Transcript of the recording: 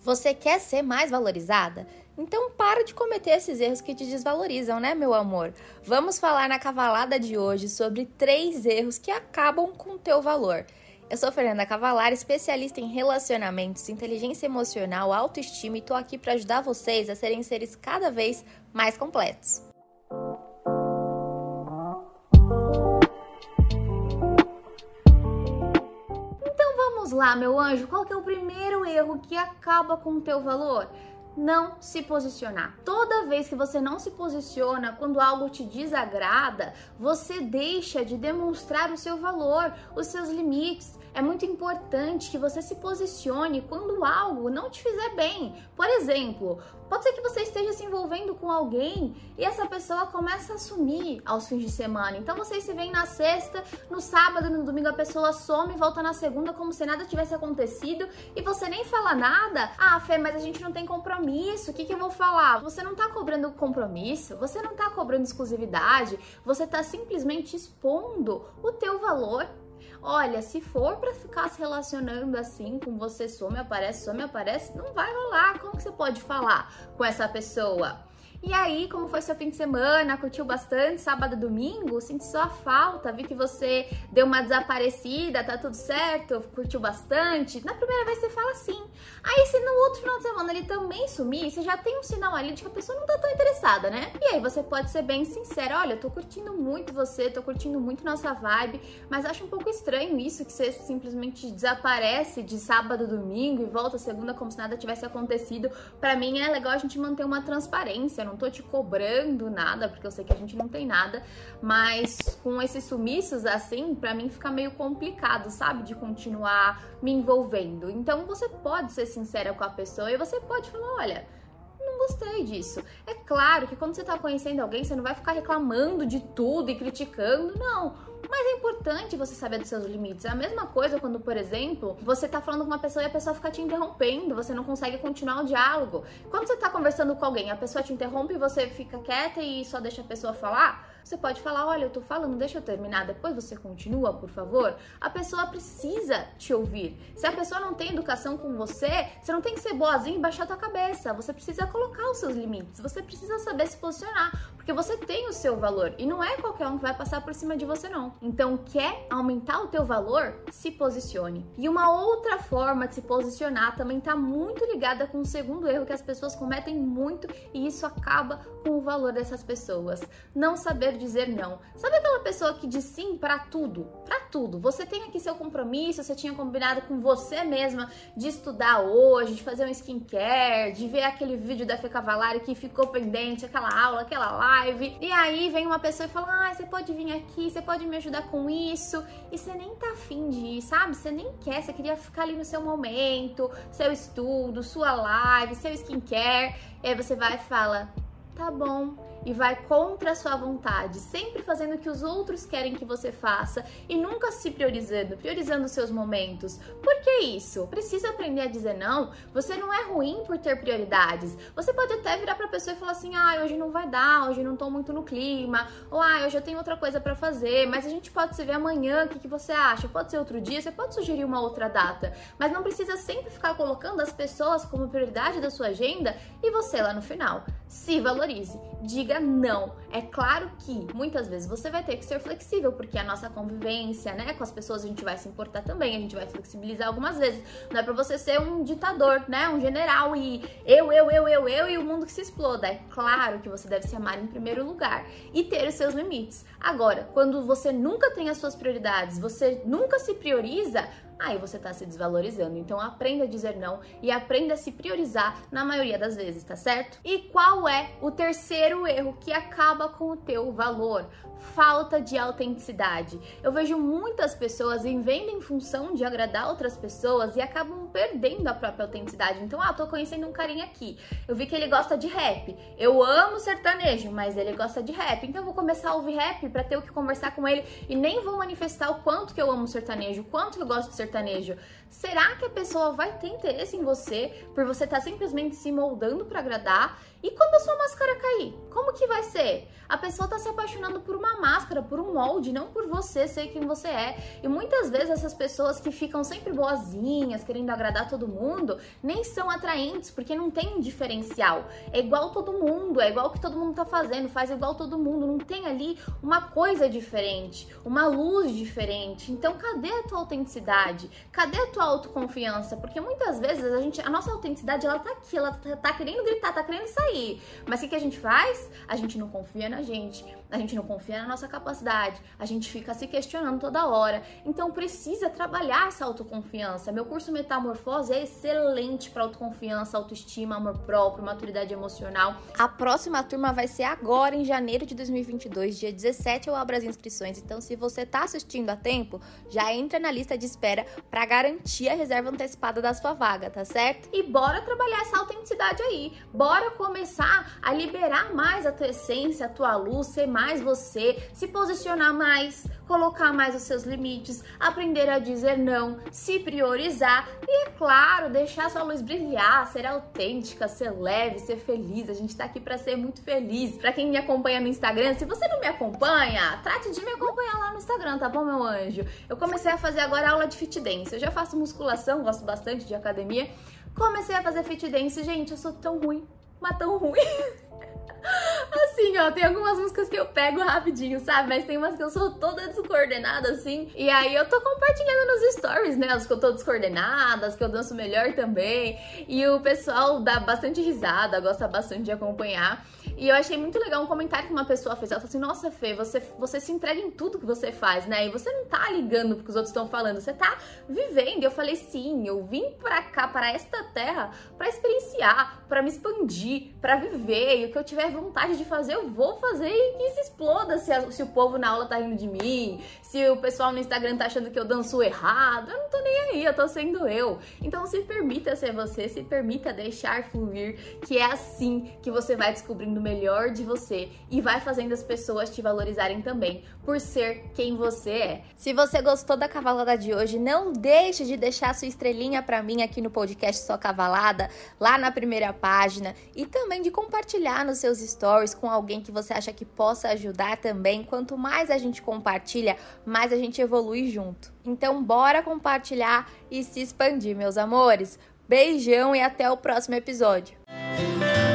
Você quer ser mais valorizada? Então para de cometer esses erros que te desvalorizam, né, meu amor? Vamos falar na cavalada de hoje sobre 3 erros que acabam com o teu valor. Eu sou Fernanda Cavalar, especialista em relacionamentos, inteligência emocional, autoestima e tô aqui para ajudar vocês a serem seres cada vez mais completos. Vamos lá, meu anjo, qual que é o primeiro erro que acaba com o teu valor? Não se posicionar. Toda vez que você não se posiciona, quando algo te desagrada, você deixa de demonstrar o seu valor, os seus limites. É muito importante que você se posicione quando algo não te fizer bem. Por exemplo, pode ser que você esteja se envolvendo com alguém e essa pessoa começa a sumir aos fins de semana. Então vocês se veem na sexta, no sábado, no domingo a pessoa some e volta na segunda como se nada tivesse acontecido e você nem fala nada. Ah, Fê, mas a gente não tem compromisso, o que eu vou falar? Você não tá cobrando compromisso, você não tá cobrando exclusividade, você tá simplesmente expondo o teu valor. Olha, se for pra ficar se relacionando assim, com você some, aparece, não vai rolar. Como que você pode falar com essa pessoa? E aí, como foi seu fim de semana? Curtiu bastante? Sábado, domingo? Senti sua falta, vi que você deu uma desaparecida, tá tudo certo? Curtiu bastante? Na primeira vez você fala sim. Aí, se no outro final de semana ele também sumir, você já tem um sinal ali de que a pessoa não tá tão interessada, né? E aí, você pode ser bem sincera. Olha, eu tô curtindo muito você, tô curtindo muito nossa vibe, mas acho um pouco estranho isso, que você simplesmente desaparece de sábado, domingo e volta segunda como se nada tivesse acontecido. Pra mim, é legal a gente manter uma transparência, não tô te cobrando nada, porque eu sei que a gente não tem nada, mas com esses sumiços assim, pra mim fica meio complicado, sabe? De continuar me envolvendo. Então você pode ser sincera com a pessoa e você pode falar, olha, não gostei disso. É claro que quando você tá conhecendo alguém, você não vai ficar reclamando de tudo e criticando, não. Mas é importante você saber dos seus limites. É a mesma coisa quando, por exemplo, você tá falando com uma pessoa e a pessoa fica te interrompendo, você não consegue continuar o diálogo. Quando você tá conversando com alguém, a pessoa te interrompe e você fica quieta e só deixa a pessoa falar, você pode falar, olha, eu tô falando, deixa eu terminar, depois você continua, por favor. A pessoa precisa te ouvir. Se a pessoa não tem educação com você, você não tem que ser boazinha e baixar a tua cabeça. Você precisa colocar os seus limites, você precisa saber se posicionar, porque você tem o seu valor e não é qualquer um que vai passar por cima de você, não. Então, quer aumentar o teu valor? Se posicione. E uma outra forma de se posicionar também tá muito ligada com o segundo erro que as pessoas cometem muito e isso acaba com o valor dessas pessoas. Não saber dizer não. Sabe aquela pessoa que diz sim pra tudo? Pra tudo. Você tem aqui seu compromisso, você tinha combinado com você mesma de estudar hoje, de fazer um skincare, de ver aquele vídeo da Fê Cavalari que ficou pendente, aquela aula, aquela live. E aí vem uma pessoa e fala, ah, você pode vir aqui, você pode me ajudar com isso. E você nem tá afim de ir, sabe? Você nem quer, você queria ficar ali no seu momento, seu estudo, sua live, seu skincare. E aí você vai e fala, tá bom, e vai contra a sua vontade, sempre fazendo o que os outros querem que você faça e nunca se priorizando os seus momentos. Por que isso? Precisa aprender a dizer não. Você não é ruim por ter prioridades. Você pode até virar pra pessoa e falar assim, ah, hoje não vai dar, hoje não tô muito no clima, ou ah, hoje eu tenho outra coisa pra fazer, mas a gente pode se ver amanhã, o que você acha? Pode ser outro dia, você pode sugerir uma outra data, mas não precisa sempre ficar colocando as pessoas como prioridade da sua agenda e você lá no final. Se valorize, diga não. É claro que muitas vezes você vai ter que ser flexível, porque a nossa convivência, né, com as pessoas a gente vai se importar também, a gente vai flexibilizar algumas vezes. Não é pra você ser um ditador, né, um general e eu e o mundo que se exploda. É claro que você deve se amar em primeiro lugar e ter os seus limites. Agora, quando você nunca tem as suas prioridades, você nunca se prioriza, aí você tá se desvalorizando. Então aprenda a dizer não e aprenda a se priorizar na maioria das vezes, tá certo? E qual é o terceiro erro que acaba com o teu valor? Falta de autenticidade. Eu vejo muitas pessoas vivendo em função de agradar outras pessoas e acabam perdendo a própria autenticidade. Então, tô conhecendo um carinha aqui, eu vi que ele gosta de rap, eu amo sertanejo, mas ele gosta de rap, então eu vou começar a ouvir rap pra ter o que conversar com ele e nem vou manifestar o quanto que eu amo sertanejo, o quanto que eu gosto de sertanejo, sertanejo. Será que a pessoa vai ter interesse em você por você estar simplesmente se moldando para agradar? E quando a sua máscara cair, como que vai ser? A pessoa tá se apaixonando por uma máscara, por um molde, não por você ser quem você é. E muitas vezes essas pessoas que ficam sempre boazinhas, querendo agradar todo mundo, nem são atraentes, porque não tem um diferencial. É igual todo mundo, é igual o que todo mundo tá fazendo, faz igual todo mundo. Não tem ali uma coisa diferente, uma luz diferente. Então cadê a tua autenticidade? Cadê a tua autoconfiança? Porque muitas vezes a nossa autenticidade, ela tá aqui, ela tá querendo gritar, tá querendo sair. Mas o que a gente faz? A gente não confia na gente não confia na nossa capacidade, a gente fica se questionando toda hora. Então precisa trabalhar essa autoconfiança. Meu curso Metamorfose é excelente para autoconfiança, autoestima, amor próprio, maturidade emocional. A próxima turma vai ser agora em janeiro de 2022, dia 17 eu abro as inscrições. Então se você tá assistindo a tempo, já entra na lista de espera para garantir a reserva antecipada da sua vaga, tá certo? E bora trabalhar essa autenticidade aí. Bora começar a liberar mais a tua essência, a tua luz, ser mais você, se posicionar mais, colocar mais os seus limites, aprender a dizer não, se priorizar e, é claro, deixar sua luz brilhar, ser autêntica, ser leve, ser feliz. A gente tá aqui pra ser muito feliz. Pra quem me acompanha no Instagram, se você não me acompanha, trate de me acompanhar lá no Instagram, tá bom, meu anjo? Eu comecei a fazer agora aula de fit dance. Eu já faço musculação, gosto bastante de academia. Comecei a fazer fit dance. Gente, eu sou tão ruim, mas tão ruim. Assim, ó, tem algumas músicas que eu pego rapidinho, sabe? Mas tem umas que eu sou toda descoordenada, assim. E aí eu tô compartilhando nos stories, né? As que eu tô descoordenada, as que eu danço melhor também. E o pessoal dá bastante risada, gosta bastante de acompanhar. E eu achei muito legal um comentário que uma pessoa fez. Ela falou assim, nossa, Fê, você se entrega em tudo que você faz, né? E você não tá ligando pro que os outros estão falando, você tá vivendo. E eu falei, sim, eu vim pra cá, para esta terra, pra experienciar, pra me expandir, pra viver. E o que eu tiver vontade de fazer, eu vou fazer e que se exploda se o povo na aula tá rindo de mim, se o pessoal no Instagram tá achando que eu danço errado. Eu não tô nem aí, eu tô sendo eu. Então se permita ser você, se permita deixar fluir, que é assim que você vai descobrindo o melhor de você e vai fazendo as pessoas te valorizarem também por ser quem você é. Se você gostou da cavalada de hoje, não deixe de deixar sua estrelinha pra mim aqui no podcast Só Cavalada, lá na primeira página, e também de compartilhar nos seus stories com alguém que você acha que possa ajudar também. Quanto mais a gente compartilha, mais a gente evolui junto. Então bora compartilhar e se expandir, meus amores. Beijão e até o próximo episódio.